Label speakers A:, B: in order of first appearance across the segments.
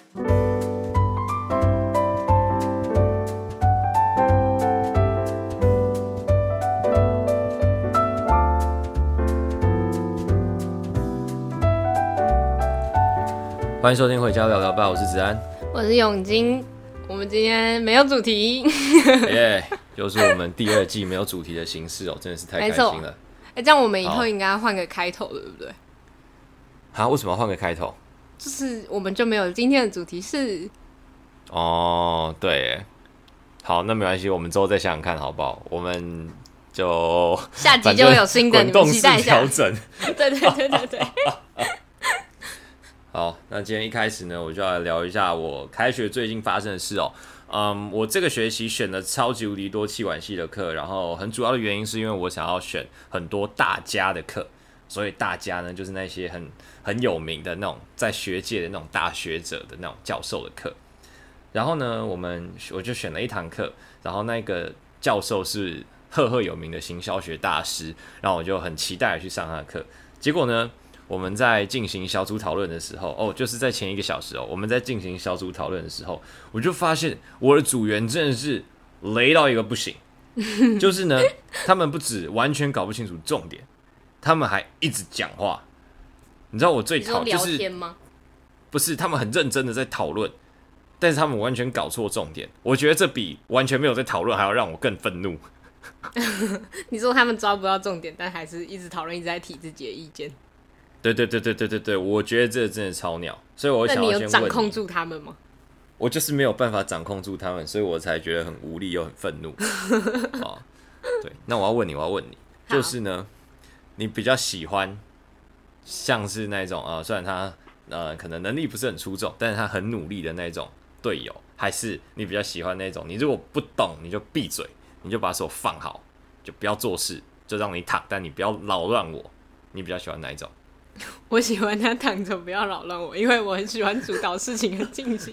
A: 欢迎收听《回家聊聊吧》，我是子安，
B: 我是永金。我们今天没有主题，
A: 耶，就是我们第二季没有主题的形式哦，真的是太开心了。
B: 这样我们以后应该要换个开头的，对不对？
A: 啊，为什么要换个开头？
B: 就是我们就没有今天的主题是……
A: 哦，对耶，好，那没关系，我们之后再想想看，好不好？我们就
B: 下集就会有新的，你们期待一下。
A: 滚动式调整，
B: 对。
A: 好，那今天一开始呢，我就要来聊一下我开学最近发生的事哦。我这个学期选了超级无敌多企管系的课，然后很主要的原因是因为我想要选很多大家的课，所以大家呢就是那些很有名的那种在学界的那种大学者的那种教授的课。然后呢，我就选了一堂课，然后那个教授是赫有名的行销学大师，然后我就很期待的去上他的课。结果呢，我们在进行小组讨论的时候，就是在前1个小时我们在进行小组讨论的时候，我就发现我的组员真的是雷到一个不行，就是呢，他们不止完全搞不清楚重点，他们还一直讲话。你知道我最讨厌就是
B: 聊天吗？
A: 不是，他们很认真的在讨论，但是他们完全搞错重点。我觉得这比完全没有在讨论还要让我更愤怒。
B: 你说他们抓不到重点，但还是一直讨论，一直在提自己的意见。
A: 对，我觉得这真的超鸟，所以我想要先问你，
B: 那你有掌控住他们吗？
A: 我就是没有办法掌控住他们，所以我才觉得很无力又很愤怒。对，那我要问你，就是呢，你比较喜欢像是那种虽然他可能能力不是很出众，但是他很努力的那种队友，还是你比较喜欢那种你如果不懂你就闭嘴，你就把手放好，就不要做事，就让你躺，但你不要扰乱我，你比较喜欢哪一种？
B: 我喜欢他躺着不要扰乱我，因为我很喜欢主导事情的进行。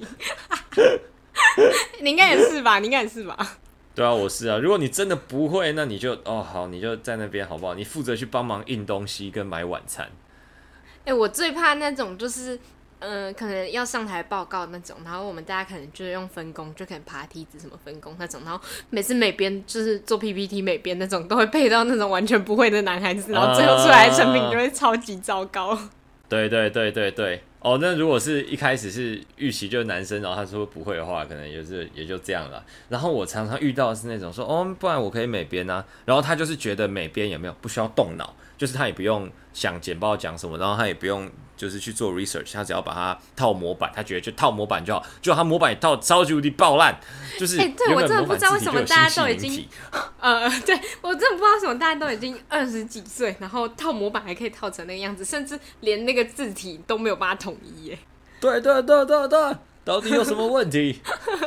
B: 你应该也是吧？
A: 对啊，我是啊。如果你真的不会，那你就好，你就在那边好不好？你负责去帮忙印东西跟买晚餐。
B: 我最怕那种就是可能要上台报告那种，然后我们大家可能就是用分工，就可能爬梯子什么分工那种，然后每次每边就是做 PPT 每边那种都会配到那种完全不会的男孩子，然后最后出来的成品就会超级糟糕。对。
A: 那如果是一开始是预期就是男生，然后他说不会的话，可能也就这样了。然后我常常遇到的是那种说不然我可以美编啊，然后他就是觉得美编有没有不需要动脑，就是他也不用想简报讲什么，然后他也不用就是去做 research， 他只要把它套模板，他觉得就套模板就好，就他模板也套超级无敌爆烂，就是
B: 对我真的不知道为什么大家都已经对我真的不知道为什么大家都已经20几岁，然后套模板还可以套成那个样子，甚至连那个字体都没有把它统一耶。
A: 对，到底有什么问题？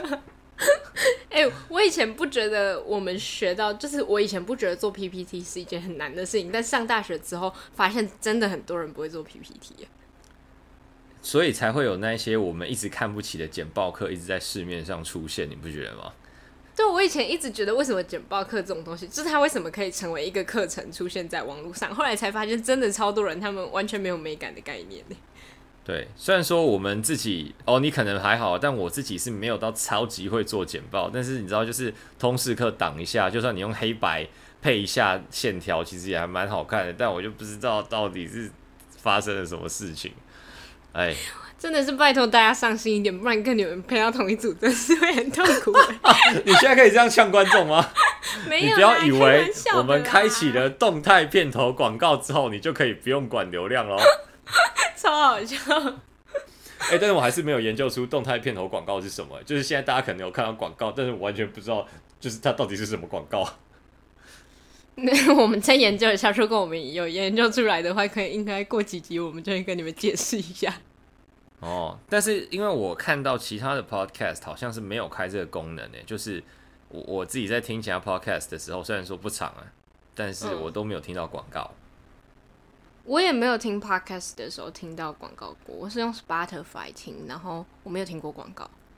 B: 我以前不觉得我们学到，就是我以前不觉得做 PPT 是一件很难的事情，但上大学之后发现真的很多人不会做 PPT 耶，
A: 所以才会有那些我们一直看不起的简报课一直在市面上出现，你不觉得吗？
B: 对，我以前一直觉得为什么简报课这种东西，就是它为什么可以成为一个课程出现在网络上，后来才发现真的超多人他们完全没有美感的概念耶。
A: 对，虽然说我们自己你可能还好，但我自己是没有到超级会做简报，但是你知道，就是通识课挡一下，就算你用黑白配一下线条，其实也还蛮好看的。但我就不知道到底是发生了什么事情，
B: 真的是拜托大家上心一点，不然跟你们配到同一组，真是会很痛苦。
A: 你现在可以这样呛观众吗？
B: 没有，
A: 你不要以为我们开启了动态片头广告之后，你就可以不用管流量咯。
B: 超好笑。
A: 但是我还是没有研究出动态片头广告是什么。就是现在大家可能有看到广告，但是我完全不知道，就是它到底是什么广告。
B: 我们再研究一下，如果我们有研究出来的话，应该过几集我们就会跟你们解释一下。
A: 但是因为我看到其他的 podcast 好像是没有开这个功能就是我自己在听其他 podcast 的时候，虽然说不长但是我都没有听到广告。
B: 我也没有听 podcast 的时候听到广告过，我是用 Spotify 听，然后我没有听过广告。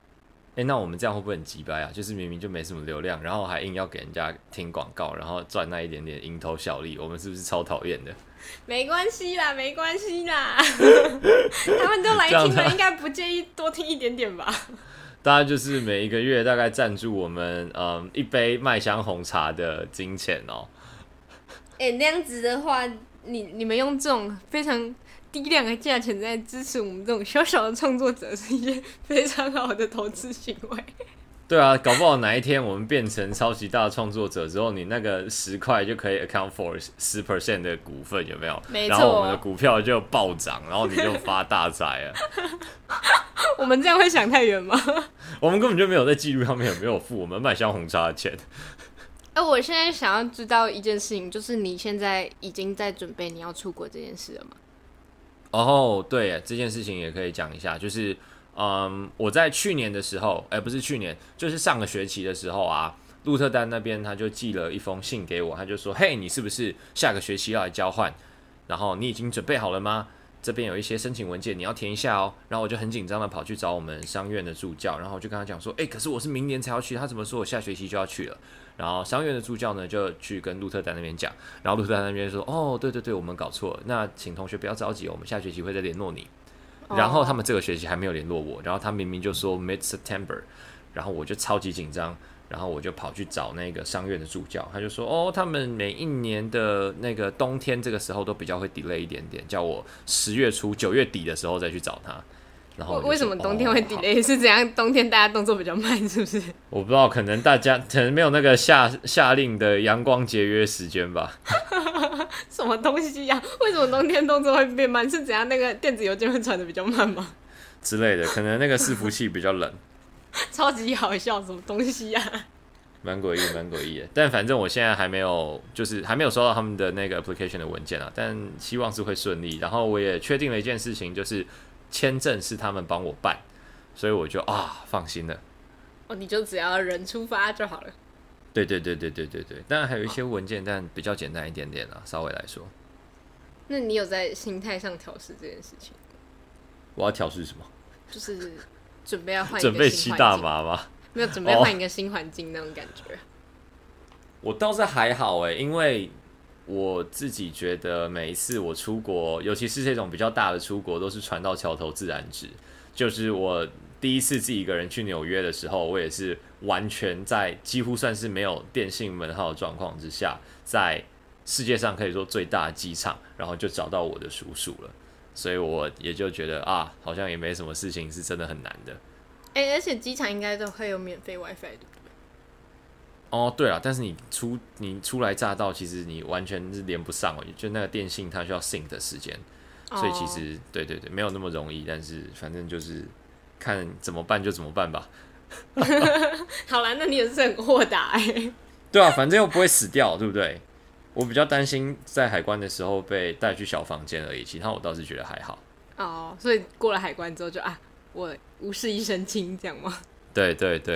A: 那我们这样会不会很鸡掰啊？就是明明就没什么流量，然后还硬要给人家听广告，然后赚那一点点蝇头小利，我们是不是超讨厌的？
B: 没关系啦，没关系啦，他们都来听了，应该不介意多听一点点吧？
A: 大家就是每一个月大概赞助我们一杯麦香红茶的金钱哦。
B: 那样子的话，你们用这种非常低量的价钱在支持我们这种小小的创作者，是一件非常好的投资行为。
A: 对啊，搞不好哪一天我们变成超级大的创作者之后，你那个10块就可以 account for 10% 的股份，有没有？
B: 没错，
A: 然后我们的股票就暴涨，然后你就发大财了。
B: 我们这样会想太远吗？
A: 我们根本就没有在记录上面有没有付我们麦香红茶的钱。
B: 我现在想要知道一件事情，就是你现在已经在准备你要出国这件事了吗？
A: 哦，对，这件事情也可以讲一下，就是我在去年的时候，不是去年，就是上个学期的时候啊，鹿特丹那边他就寄了一封信给我，他就说：“嘿，你是不是下个学期要来交换？然后你已经准备好了吗？这边有一些申请文件，你要填一下哦。”然后我就很紧张的跑去找我们商院的助教，然后我就跟他讲说：“可是我是明年才要去，他怎么说我下学期就要去了？”然后商院的助教呢就去跟鹿特丹那边讲，然后鹿特丹那边说：“哦，对，我们搞错了，那请同学不要着急，我们下学期会再联络你。”然后他们这个学期还没有联络我，然后他明明就说 mid September， 然后我就超级紧张，然后我就跑去找那个商院的助教，他就说：“哦，他们每一年的那个冬天这个时候都比较会 delay 一点点，叫我10月初9月底的时候再去找他。”然后
B: 为什么冬天会 delay？是怎样？冬天大家动作比较慢，是不是？
A: 我不知道，可能大家可能没有那个下令的阳光节约时间吧。
B: 什么东西呀、为什么冬天动作会变慢？是怎样？那个电子邮件会传的比较慢吗？
A: 之类的，可能那个伺服器比较冷。
B: 超级好笑，什么东西呀、
A: 蛮诡异的。但反正我现在还没有收到他们的那个 application 的文件啊，但希望是会顺利。然后我也确定了一件事情，就是签证是他们帮我办，所以我就放心了。
B: 你就只要人出发就好了。
A: 对，当然还有一些文件，但比较简单一点点啦，稍微来说。
B: 那你有在心态上调试这件事情？
A: 我要调试什么？
B: 就是准备要换一个
A: 准备吸大麻吗？
B: 没有，准备换一个新环境那种感觉。
A: 我倒是还好因为我自己觉得每一次我出国，尤其是这种比较大的出国，都是船到桥头自然直。就是我第一次自己一个人去纽约的时候，我也是完全在几乎算是没有电信门号的状况之下，在世界上可以说最大的机场，然后就找到我的叔叔了。所以我也就觉得好像也没什么事情是真的很难的。
B: 而且机场应该都会有免费 WiFi， 对不对？
A: 哦，对了，但是你初来乍到，其实你完全是连不上就那个电信它需要 sync 的时间，所以其实对，没有那么容易。但是反正就是看怎么办就怎么办吧。
B: 好啦，那你也是很豁达
A: 对啊，反正又不会死掉，对不对？我比较担心在海关的时候被带去小房间而已，其他我倒是觉得还好。
B: 所以过了海关之后就我无事一身轻，这样吗？
A: 对。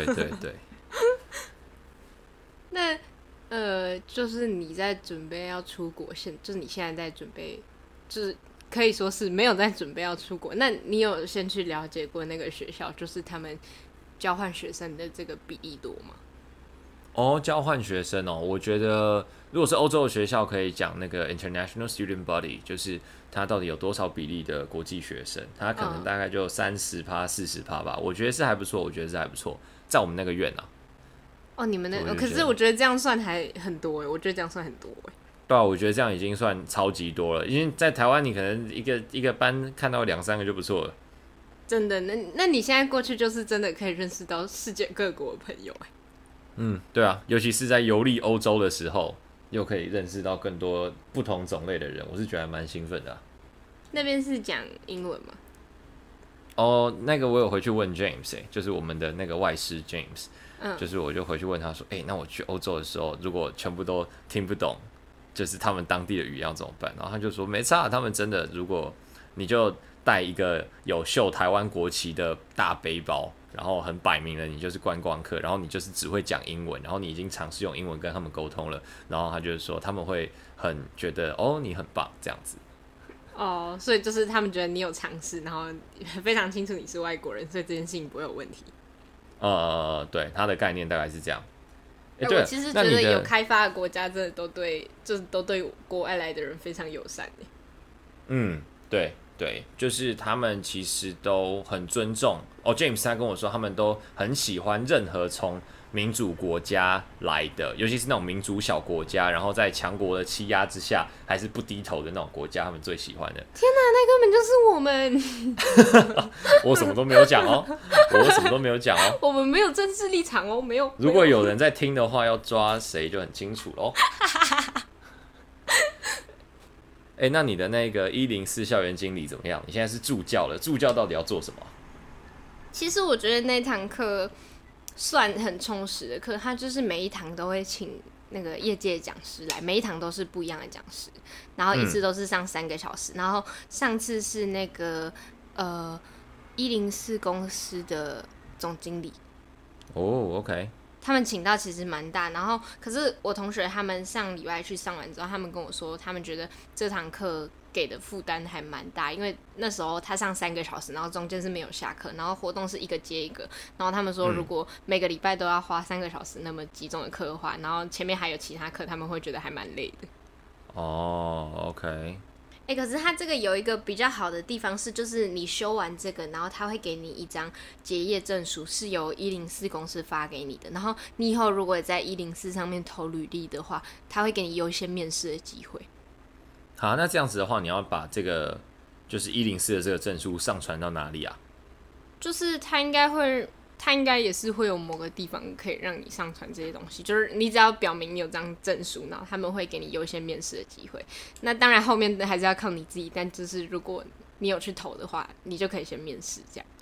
B: 那就是你在准备要出国，就是你现在在准备，就是可以说是没有在准备要出国。那你有先去了解过那个学校，就是他们交换学生的这个比例多吗？
A: 交换学生我觉得如果是欧洲的学校，可以讲那个 International Student Body， 就是它到底有多少比例的国际学生，它可能大概就30%、40%吧。我觉得是还不错，在我们那个院
B: 你们可是我觉得这样算还很多我觉得这样算很多
A: 对啊，我觉得这样已经算超级多了。因为在台湾，你可能一个班看到2-3个就不错了。
B: 真的，那你现在过去就是真的可以认识到世界各国的朋友
A: 对啊，尤其是在游历欧洲的时候，又可以认识到更多不同种类的人，我是觉得还蛮兴奋的
B: 那边是讲英文吗？
A: 那个我有回去问 James，就是我们的那个外师 James，就是我就回去问他说，那我去欧洲的时候，如果全部都听不懂，就是他们当地的语言要怎么办？然后他就说没差，他们真的，如果你就带一个有绣台湾国旗的大背包，然后很摆明了你就是观光客，然后你就是只会讲英文，然后你已经尝试用英文跟他们沟通了，然后他就是说他们会很觉得你很棒这样子。
B: 所以就是他们觉得你有尝试，然后非常清楚你是外国人，所以这件事情不会有问题。
A: 对，它的概念大概是这样。
B: 我其实觉得有开发的国家真的都对国外来的人非常友善。
A: 对对，就是他们其实都很尊重。James 他跟我说，他们都很喜欢任何从民主国家来的，尤其是那种民主小国家，然后在强国的欺压之下还是不低头的那种国家，他们最喜欢的。
B: 天哪，那根本就是我们！
A: 我什么都没有讲哦，我什么都没有讲哦。
B: 我们没有政治立场哦，没有。
A: 如果有人在听的话，要抓谁就很清楚喽。那你的那个104校园经理怎么样？你现在是助教了，助教到底要做什么？
B: 其实我觉得那堂课算很充实的课，它就是每一堂都会请那个业界讲师来，每一堂都是不一样的讲师，然后一次都是上3个小时。然后上次是那个104公司的总经理。
A: OK。
B: 他们请到其实蛮大，然后可是我同学他们上礼拜去上完之后，他们跟我说，他们觉得这堂课给的负担还蛮大，因为那时候他上3个小时，然后中间是没有下课，然后活动是一个接一个，然后他们说如果每个礼拜都要花3个小时那么集中的课的话，然后前面还有其他课，他们会觉得还蛮累的。
A: OK。
B: 可是他这个有一个比较好的地方是，就是你修完这个，然后他会给你一张结业证书，是由104公司发给你的。然后你以后如果在104上面投履历的话，他会给你优先面试的机会。
A: 好，那这样子的话，你要把这个就是104的这个证书上传到哪里啊？
B: 就是他应该也是会有某个地方可以让你上传这些东西，就是你只要表明你有张证书，然后他们会给你优先面试的机会。那当然后面还是要靠你自己，但就是如果你有去投的话，你就可以先面试这样。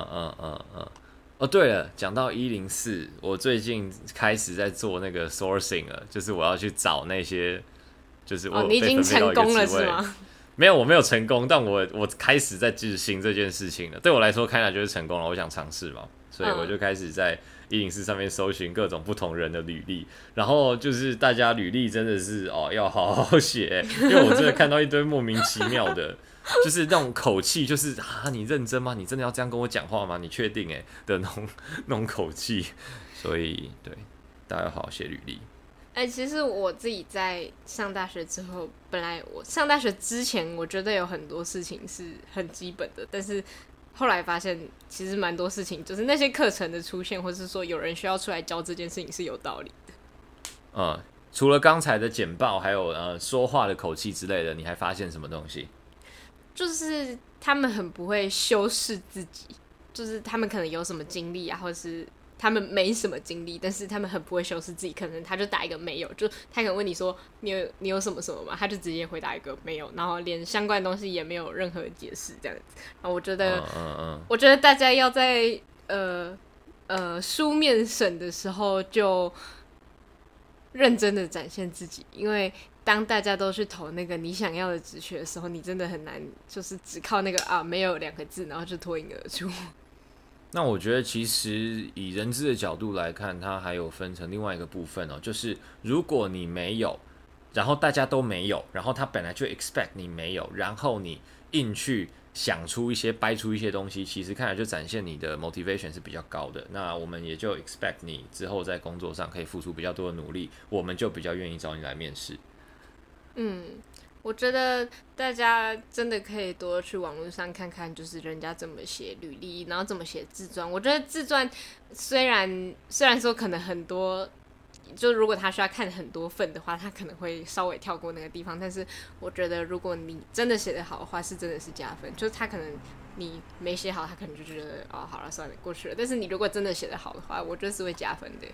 A: 对了，讲到104，我最近开始在做那个 sourcing 了，就是我要去找那些，就是
B: 你已经成功了是吗？
A: 没有，我没有成功，但我开始在执行这件事情了。对我来说，看来就是成功了。我想尝试嘛。所以我就开始在104上面搜寻各种不同人的履历，然后就是大家履历真的是要好好写，因为我真的看到一堆莫名其妙的，就是那种口气，就是你认真吗？你真的要这样跟我讲话吗？你确定的那种口气，所以对大家要好好写履历。
B: 其实我自己在上大学之后，本来我上大学之前，我觉得有很多事情是很基本的，但是后来发现，其实蛮多事情就是那些课程的出现，或是说有人需要出来教这件事情是有道理的。
A: 除了刚才的简报，还有说话的口气之类的，你还发现什么东西？
B: 就是他们很不会修饰自己，就是他们可能有什么经历啊，或者是他们没什么经历，但是他们很不会修饰自己，可能他就打一个没有，就他可能问你说你有什么什么吗？他就直接回答一个没有，然后连相关的东西也没有任何解释这样子。然后我觉得大家要在书面审的时候就认真的展现自己，因为当大家都去投那个你想要的职缺的时候，你真的很难就是只靠那个没有2个字然后就脱颖而出。
A: 那我觉得其实以人资的角度来看，它还有分成另外一个部分就是如果你没有，然后大家都没有，然后他本来就 expect 你没有，然后你硬去想出一些掰出一些东西，其实看来就展现你的 motivation 是比较高的。那我们也就 expect 你之后在工作上可以付出比较多的努力，我们就比较愿意找你来面试。
B: 我觉得大家真的可以多去网络上看看，就是人家怎么写履历，然后怎么写自传。我觉得自传虽然说可能很多，就如果他需要看很多份的话，他可能会稍微跳过那个地方。但是我觉得如果你真的写得好的话，是真的是加分。就是他可能你没写好，他可能就觉得好了算了过去了。但是你如果真的写得好的话，我觉得是会加分的。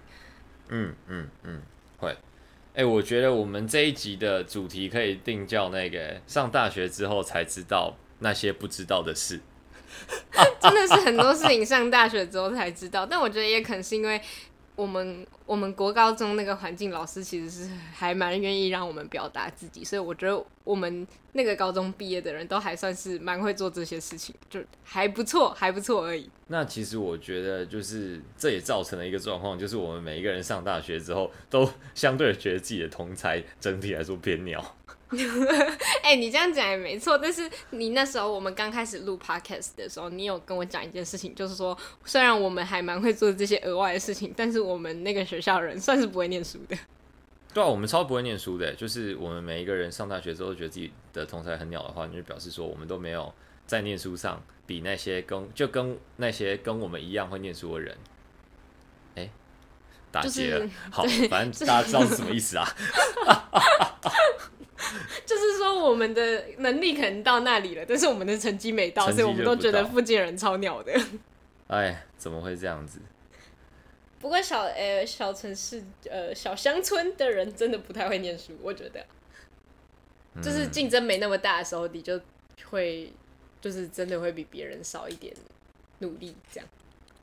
A: 会。我觉得我们这一集的主题可以定叫那个上大学之后才知道那些不知道的事。
B: 真的是很多事情上大学之后才知道，但我觉得也可能是因为我们国高中那个环境，老师其实是还蛮愿意让我们表达自己，所以我觉得我们那个高中毕业的人都还算是蛮会做这些事情，就还不错而已。
A: 那其实我觉得就是这也造成了一个状况，就是我们每一个人上大学之后都相对的觉得自己的同侪整体来说偏鸟。
B: 哎、你这样讲也没错，但是你那时候我们刚开始录 podcast 的时候，你有跟我讲一件事情，就是说虽然我们还蛮会做这些额外的事情，但是我们那个学校人算是不会念书的。
A: 对啊，我们超不会念书的，就是我们每一个人上大学之后觉得自己的同侪很鸟的话，就表示说我们都没有在念书上比那些跟那些跟我们一样会念书的人，打结了。
B: 就是
A: 好，反正大家知道是什么意思啊？
B: 就是说我们的能力可能到那里了，但是我们的成绩没到，
A: 成绩
B: 所以我们都觉得
A: 就不到
B: 附近人超鸟的。
A: 哎，怎么会这样子？
B: 不过小城市小乡村的人真的不太会念书，我觉得，就是竞争没那么大的时候，你就会就是真的会比别人少一点努力这样。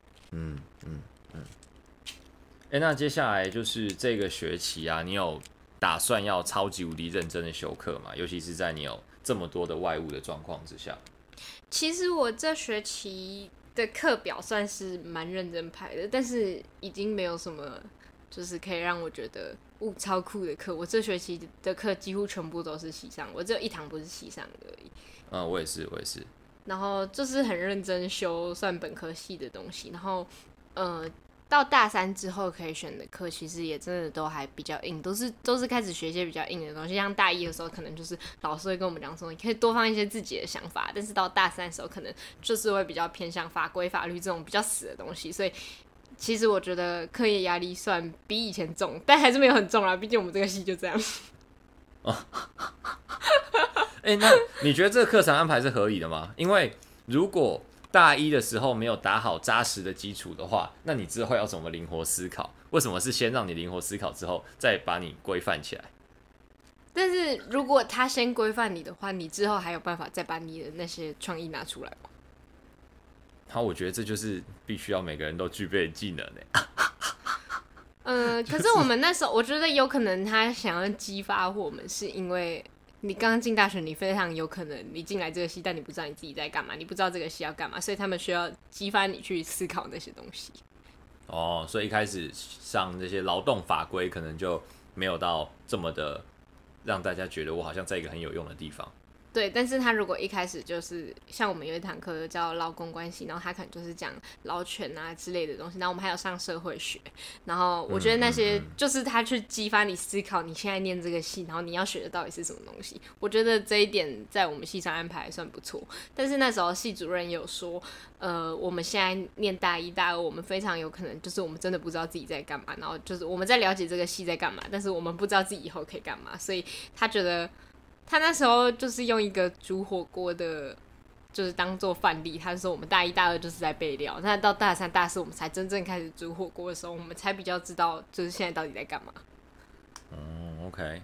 A: 那接下来就是这个学期啊，你有打算要超级无敌认真的修课吗？尤其是在你有这么多的外务的状况之下。
B: 其实我这学期的课表算是蛮认真排的，但是已经没有什么就是可以让我觉得超酷的课。我这学期的课几乎全部都是系上，我只有一堂不是系上的而已。
A: 我也是。
B: 然后就是很认真修算本科系的东西，然后到大三之后可以选的课，其实也真的都还比较硬，都是开始学一些比较硬的东西。像大一的时候，可能就是老师会跟我们讲说，你可以多放一些自己的想法，但是到大三的时候，可能就是会比较偏向法规、法律这种比较死的东西。所以其实我觉得课业压力算比以前重，但还是没有很重啦，毕竟我们这个系就这样。
A: 那你觉得这个课程安排是合理的吗？因为如果大一的时候没有打好扎实的基础的话，那你之后要怎么灵活思考？为什么是先让你灵活思考之后，再把你规范起来？
B: 但是如果他先规范你的话，你之后还有办法再把你的那些创意拿出来吗？
A: 好，我觉得这就是必须要每个人都具备的技能呢。
B: 可是我们那时候，我觉得有可能他想要激发我们，是因为你刚刚进大学，你非常有可能你进来这个系，但你不知道你自己在干嘛，你不知道这个系要干嘛，所以他们需要激发你去思考那些东西。
A: 所以一开始上这些劳动法规，可能就没有到这么的让大家觉得我好像在一个很有用的地方。
B: 对，但是他如果一开始就是像我们有一堂课叫劳工关系，然后他可能就是讲劳权啊之类的东西，然后我们还有上社会学，然后我觉得那些就是他去激发你思考你现在念这个系，然后你要学的到底是什么东西，我觉得这一点在我们系上安排还算不错。但是那时候系主任也有说，我们现在念大一大二，我们非常有可能就是我们真的不知道自己在干嘛，然后就是我们在了解这个系在干嘛，但是我们不知道自己以后可以干嘛，所以他觉得他那时候就是用一个煮火锅的，就是当做范例。他说我们大一大二就是在备料，那到大三大四我们才真正开始煮火锅的时候，我们才比较知道就是现在到底在干嘛。
A: OK。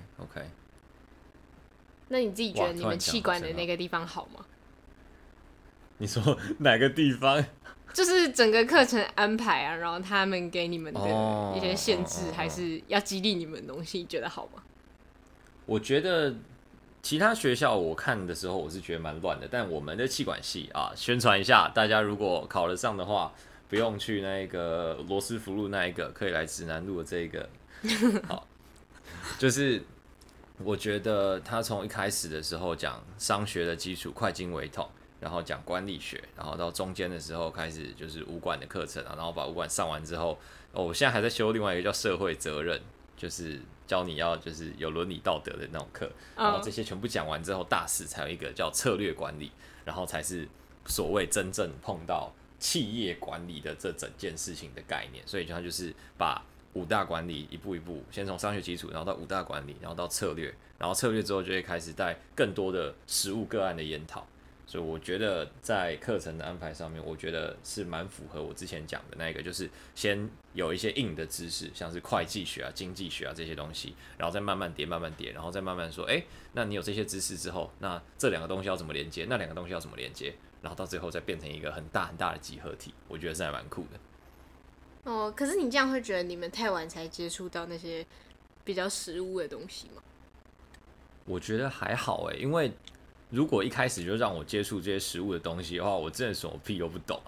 B: 那你自己觉得你们气管的那个地方好吗？
A: 你说哪个地方？
B: 就是整个课程安排啊，然后他们给你们的一些限制，还是要激励你们的东西，你觉得好吗？
A: 我觉得其他学校我看的时候，我是觉得蛮乱的。但我们的企管系啊，宣传一下，大家如果考得上的话，不用去那个罗斯福路那一个，可以来指南路的这一个。好，就是我觉得他从一开始的时候讲商学的基础，会经微统，然后讲管理学，然后到中间的时候开始就是五管的课程啊，然后把五管上完之后，我现在还在修另外一个叫社会责任，就是教你要就是有伦理道德的那种课，然后这些全部讲完之后，大四才有一个叫策略管理，然后才是所谓真正碰到企业管理的这整件事情的概念。所以它就是把五大管理一步一步，先从商学基础，然后到五大管理，然后到策略，然后策略之后就会开始带更多的实务个案的研讨。所以我觉得在课程的安排上面，我觉得是蛮符合我之前讲的那个，就是先有一些硬的知识，像是会计学啊、经济学啊这些东西，然后再慢慢叠、慢慢叠，然后再慢慢说，那你有这些知识之后，那这两个东西要怎么连接？那两个东西要怎么连接？然后到最后再变成一个很大很大的集合体，我觉得是还蛮酷的。
B: 可是你这样会觉得你们太晚才接触到那些比较实务的东西吗？
A: 我觉得还好因为如果一开始就让我接触这些实物的东西的话，我真的什么屁都不懂啊。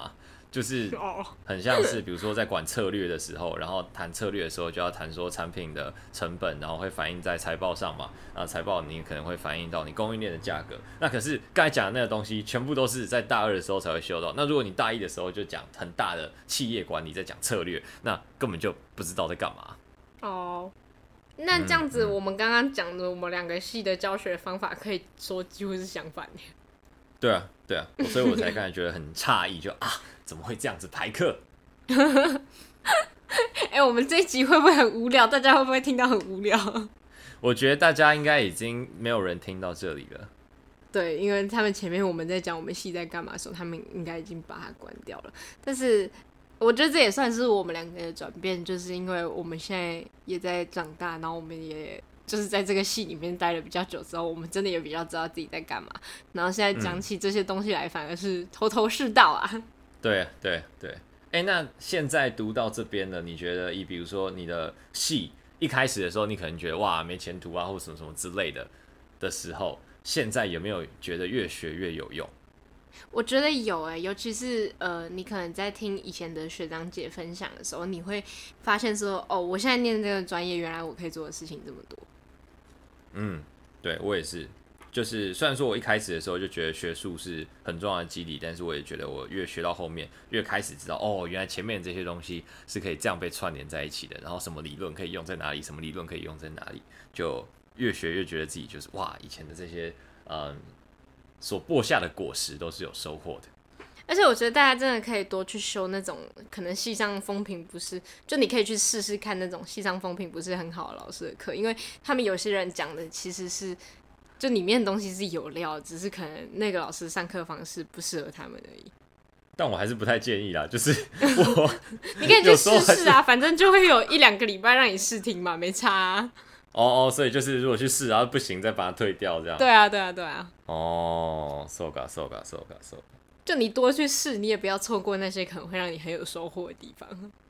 A: 就是很像是比如说在管策略的时候，然后谈策略的时候就要谈说产品的成本，然后会反映在财报上嘛，然后财报你可能会反映到你供应链的价格。那可是刚才讲的那个东西，全部都是在大二的时候才会修到。那如果你大一的时候就讲很大的企业管理，在讲策略，那根本就不知道在干嘛。
B: 那这样子，我们刚刚讲的我们2个系的教学方法，可以说几乎是相反的。
A: 对啊，所以我才刚才觉得很诧异，就怎么会这样子排课？
B: 我们这一集会不会很无聊？大家会不会听到很无聊？
A: 我觉得大家应该已经没有人听到这里了。
B: 对，因为他们前面我们在讲我们系在干嘛的时候，他们应该已经把它关掉了。但是我觉得这也算是我们2个的转变，就是因为我们现在也在长大，然后我们也就是在这个系里面待了比较久之后，我们真的也比较知道自己在干嘛。然后现在讲起这些东西来，反而是头头是道啊。
A: 对。那现在读到这边了，你觉得比如说你的系一开始的时候，你可能觉得哇没前途啊，或什么什么之类的时候，现在有没有觉得越学越有用？
B: 我觉得有尤其是你可能在听以前的学长姐分享的时候，你会发现说，我现在念这个专业，原来我可以做的事情这么多。
A: 对我也是，就是虽然说我一开始的时候就觉得学术是很重要的基底，但是我也觉得我越学到后面，越开始知道原来前面这些东西是可以这样被串联在一起的，然后什么理论可以用在哪里，什么理论可以用在哪里，就越学越觉得自己就是以前的这些所播下的果实都是有收获的。
B: 而且我觉得大家真的可以多去修那种可能系上风评不是，就你可以去试试看那种系上风评不是很好的老师的课，因为他们有些人讲的其实是就里面的东西是有料，只是可能那个老师上课方式不适合他们而已。
A: 但我还是不太建议啦，就是
B: 你可以去试试啊，反正就会有1-2个礼拜让你试听嘛，没差啊。
A: 所以就是如果去试，然后不行再把它退掉，这样。
B: 对啊。
A: そうか。
B: 就你多去试，你也不要错过那些可能会让你很有收获的地方。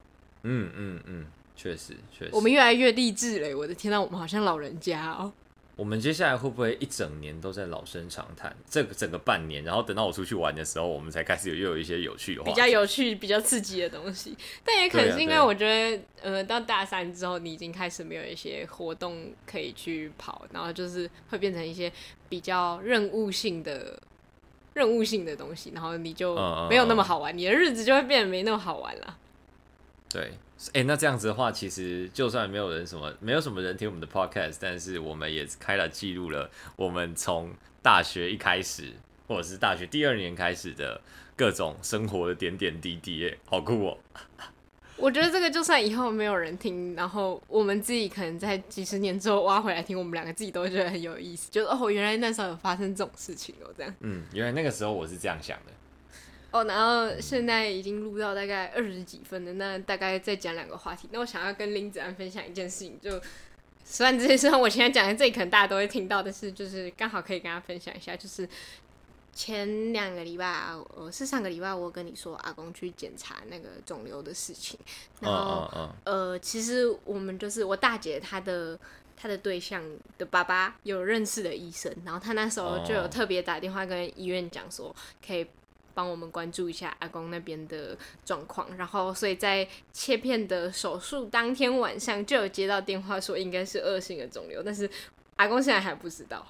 A: 确实。
B: 我们越来越励志了，我的天哪，我们好像老人家哦。
A: 我们接下来会不会一整年都在老生常谈？这个整个半年，然后等到我出去玩的时候，我们才开始又有一些有趣的话题，
B: 比较有趣、比较刺激的东西。但也可能是因为我觉得，到大3之后，你已经开始没有一些活动可以去跑，然后就是会变成一些比较任务性的东西，然后你就没有那么好玩，你的日子就会变得没那么好玩了。
A: 对。那这样子的话，其实就算没有什么人听我们的 podcast， 但是我们也开了记录了我们从大学一开始，或者是大学第2年开始的各种生活的点点滴滴，好酷哦！
B: 我觉得这个就算以后没有人听，然后我们自己可能在几10年之后挖回来听，我们2个自己都会觉得很有意思，就是原来那时候有发生这种事情这样。
A: 原来那个时候我是这样想的。
B: 然后现在已经录到大概20几分了，那大概再讲2个话题。那我想要跟林子安分享一件事情，就虽然我现在讲的这里可能大家都会听到，但是就是刚好可以跟他分享一下，就是前2个礼拜，是上个礼拜我跟你说阿公去检查那个肿瘤的事情，然后其实我们就是我大姐她的对象的爸爸有认识的医生，然后他那时候就有特别打电话跟医院讲说可以帮我们关注一下阿公那边的状况，然后所以在切片的手术当天晚上就有接到电话说应该是恶性的肿瘤，但是阿公现在还不知道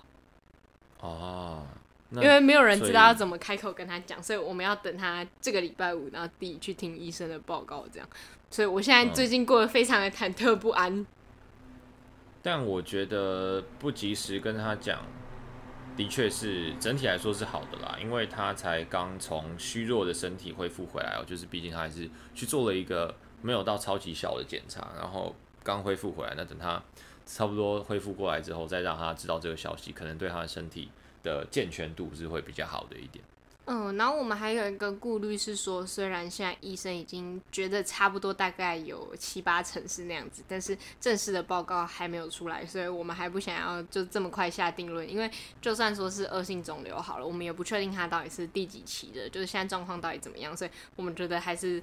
B: 因为没有人知道要怎么开口跟他讲，所以我们要等他这个礼拜5然后自己去听医生的报告这样，所以我现在最近过得非常的忐忑不安。
A: 但我觉得不及时跟他讲的确是整体来说是好的啦，因为他才刚从虚弱的身体恢复回来就是毕竟他还是去做了一个没有到超级小的检查，然后刚恢复回来，那等他差不多恢复过来之后，再让他知道这个消息，可能对他的身体的健全度是会比较好的一点。
B: 然后我们还有一个顾虑是说，虽然现在医生已经觉得差不多大概有7-8成是那样子，但是正式的报告还没有出来，所以我们还不想要就这么快下定论，因为就算说是恶性肿瘤好了，我们也不确定它到底是第几期的，就是现在状况到底怎么样，所以我们觉得还是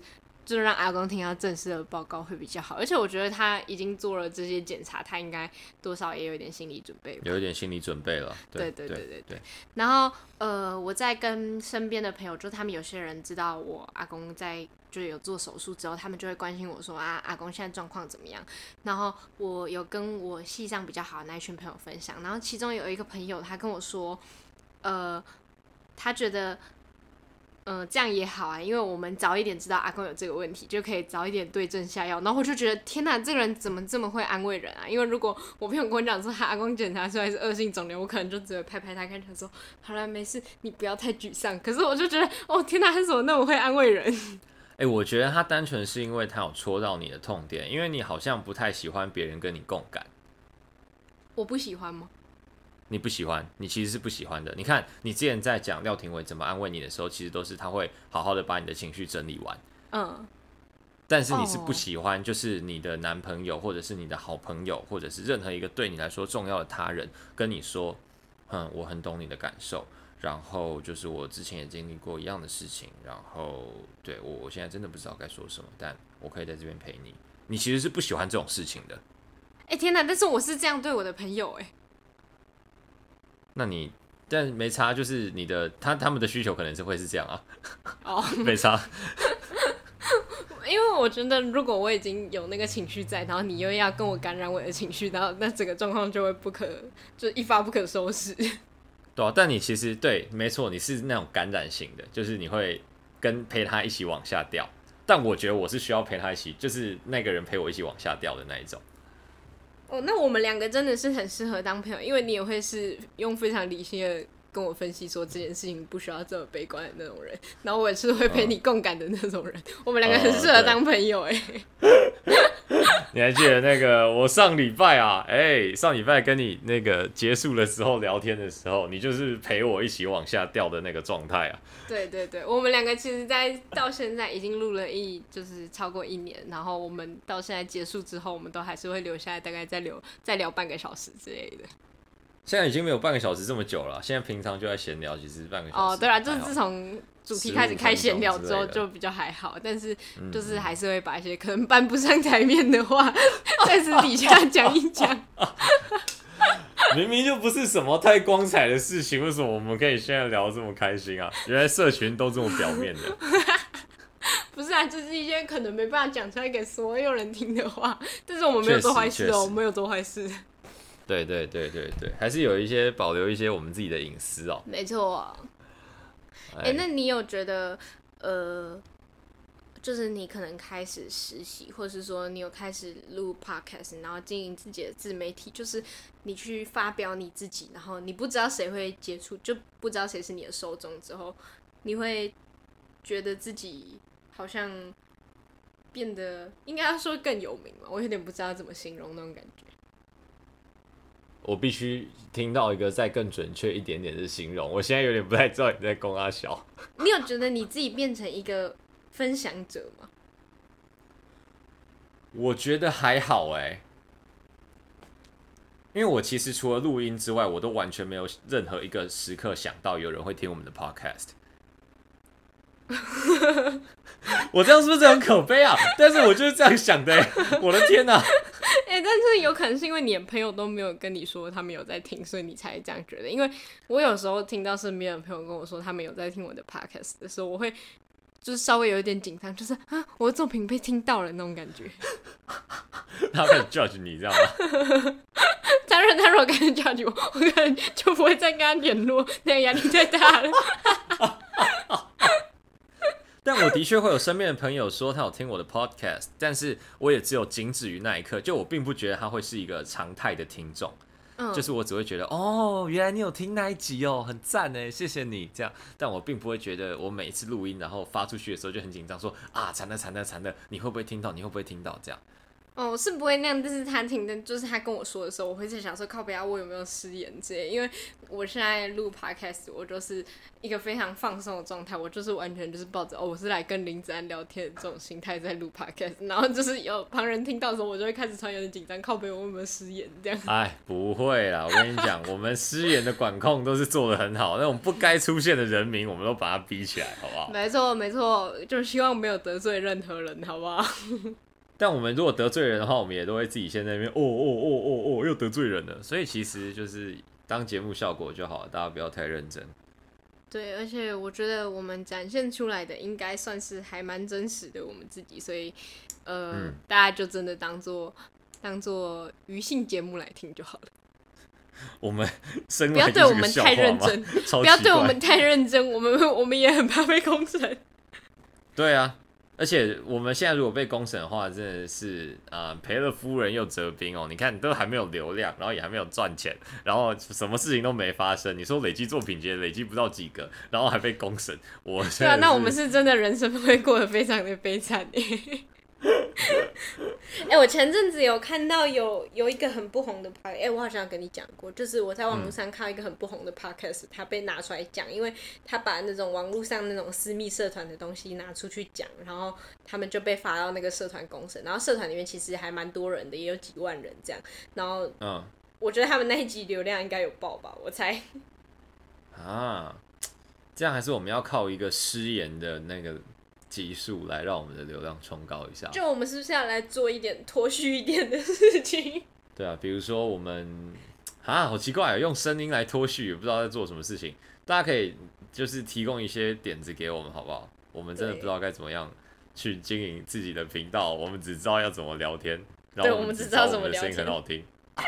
B: 就让阿公听到正式的报告会比较好。而且我觉得他已经做了这些检查，他应该多少也有一点心理准备吧，
A: 有一点心理准备了。对。
B: 然后我在跟身边的朋友，就他们有些人知道我阿公就是有做手术之后，他们就会关心我说阿公现在状况怎么样。然后我有跟我系上比较好的那一群朋友分享，然后其中有一个朋友他跟我说，他觉得这样也好啊，因为我们早一点知道阿公有这个问题，就可以早一点对症下药。然后我就觉得天哪，这个人怎么这么会安慰人啊？因为如果我朋友跟我讲说他阿公检查出来是恶性肿瘤，我可能就只会拍拍他看，说好了没事，你不要太沮丧。可是我就觉得哦天哪，他怎么那么会安慰人？
A: 我觉得他单纯是因为他有戳到你的痛点，因为你好像不太喜欢别人跟你共感。
B: 我不喜欢吗？
A: 你不喜欢，你其实是不喜欢的。你看，你之前在讲廖廷伟怎么安慰你的时候，其实都是他会好好的把你的情绪整理完。但是你是不喜欢，就是你的男朋友，或者是你的好朋友，或者是任何一个对你来说重要的他人，跟你说，我很懂你的感受，然后就是我之前也经历过一样的事情，然后对我现在真的不知道该说什么，但我可以在这边陪你。你其实是不喜欢这种事情的。
B: 天哪！但是我是这样对我的朋友
A: 但没差，就是你的他们的需求可能是会是这样啊。没差。
B: 因为我觉得，如果我已经有那个情绪在，然后你又要跟我感染我的情绪，然后那整个状况就会就一发不可收拾。
A: 对啊，但你其实对，没错，你是那种感染型的，就是你会陪他一起往下掉。但我觉得我是需要陪他一起，就是那个人陪我一起往下掉的那一种。
B: 那我们两个真的是很适合当朋友，因为你也会是用非常理性的跟我分析说这件事情不需要这么悲观的那种人，然后我也是会陪你共感的那种人。我们两个很适合当朋友
A: 你还记得那个我上礼拜跟你那个结束的时候聊天的时候，你就是陪我一起往下掉的那个状态啊。
B: 对，我们两个其实到现在已经录了就是超过1年，然后我们到现在结束之后，我们都还是会留下来，大概再聊半个小时之类的。
A: 现在已经没有半个小时这么久了，现在平常就在闲聊，其实半个小时。
B: 对啦，就是自从主题开始开闲聊之后，就比较还好，但是就是还是会把一些可能搬不上台面的话，在私底下讲一讲。
A: 明明就不是什么太光彩的事情，为什么我们可以现在聊这么开心啊？原来社群都这么表面的。
B: 不是啊，就是一些可能没办法讲出来给所有人听的话，但是我们没有做坏事我们没有做坏事。
A: 对，还是有一些保留一些我们自己的隐私哦。
B: 没错。那你有觉得就是你可能开始实习，或是说你有开始录 podcast， 然后经营自己的自媒体，就是你去发表你自己，然后你不知道谁会接触，就不知道谁是你的受众之后，你会觉得自己好像变得应该要说更有名嘛？我有点不知道怎么形容那种感觉。
A: 我必须听到一个再更准确一点点的形容，我现在有点不太知道你在攻阿小。
B: 你有觉得你自己变成一个分享者吗？
A: 我觉得还好因为我其实除了录音之外，我都完全没有任何一个时刻想到有人会听我们的 podcast。我这样是不是很可悲啊？但是我就是这样想的我的天哪！
B: 但是有可能是因为你的朋友都没有跟你说他们有在听，所以你才这样觉得。因为我有时候听到身边的朋友跟我说他们有在听我的 podcast 的时候，我会就是稍微有一点紧张，就是我的作品被听到了那种感觉。
A: 他开始 judge 你，知道吗？
B: 他如果开始 judge 我可能就不会再跟他联络，那个压力太大了。
A: 但我的确会有身边的朋友说他有听我的 podcast， 但是我也只有仅止于那一刻，就我并不觉得他会是一个常态的听众。就是我只会觉得原来你有听那一集很赞耶，谢谢你这样。但我并不会觉得我每一次录音然后发出去的时候就很紧张，说惨了，你会不会听到这样。
B: 哦，是不会那样，但是他听的，就是他跟我说的时候，我会在想说，靠北啊，我有没有失言之类，因为我现在录 podcast，我就是一个非常放松的状态，我就是完全就是抱着我是来跟林子安聊天的这种心态在录 podcast， 然后就是有旁人听到的时候，我就会开始突然有点紧张，靠北我有没有失言这样。
A: 哎，不会啦，我跟你讲，我们失言的管控都是做得很好，那种不该出现的人名，我们都把它逼起来，好不好？
B: 没错没错，就是希望没有得罪任何人，好不好？
A: 但我们如果得罪人的话，我们也都会自己先在那边又得罪人了，所以其实就是当节目效果就好了，大家不要太认真。
B: 对，而且我觉得我们展现出来的应该算是还蛮真实的我们自己，所以大家就真的当做娱性节目来听就好了。
A: 我们生
B: 不要对我们太认真，
A: 不
B: 要对我们太认真，我们也很怕被公审。
A: 对啊。而且我们现在如果被公审的话，真的是赔了夫人又折兵哦。你看，你都还没有流量，然后也还没有赚钱，然后什么事情都没发生。你说累积作品集累积不到几个，然后还被公审，
B: 对啊，那我们是真的人生会过得非常的悲惨耶。我前阵子有看到有一个很不红的 podcast，我好像有跟你讲过，就是我在网络上看到一个很不红的 podcast，它被拿出来讲，因为他把那种网络上那种私密社团的东西拿出去讲，然后他们就被发到那个社团公审，然后社团里面其实还蛮多人的，也有几万人这样，然后我觉得他们那一集流量应该有爆吧，我猜。
A: 这样还是我们要靠一个失言的那个集数来让我们的流量冲高一下。
B: 就我们是不是要来做一点脱序一点的事情？
A: 对啊，比如说我们好奇怪，用声音来脱序，也不知道在做什么事情。大家可以就是提供一些点子给我们，好不好？我们真的不知道该怎么样去经营自己的频道，我们只知道要怎么聊天，然后我们只知道我们的声音很好听。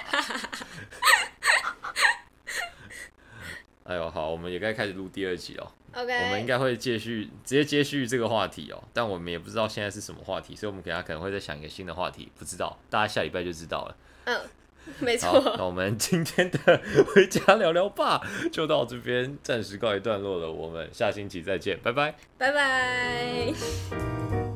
A: 哎呦，好，我们也该开始录第2集了。
B: Okay.
A: 我们应该会直接接续这个话题哦，但我们也不知道现在是什么话题，所以我们可能会再想一个新的话题，不知道，大家下礼拜就知道了。
B: 没错。
A: 那我们今天的回家聊聊吧，就到这边暂时告一段落了，我们下星期再见，拜拜，
B: 拜拜。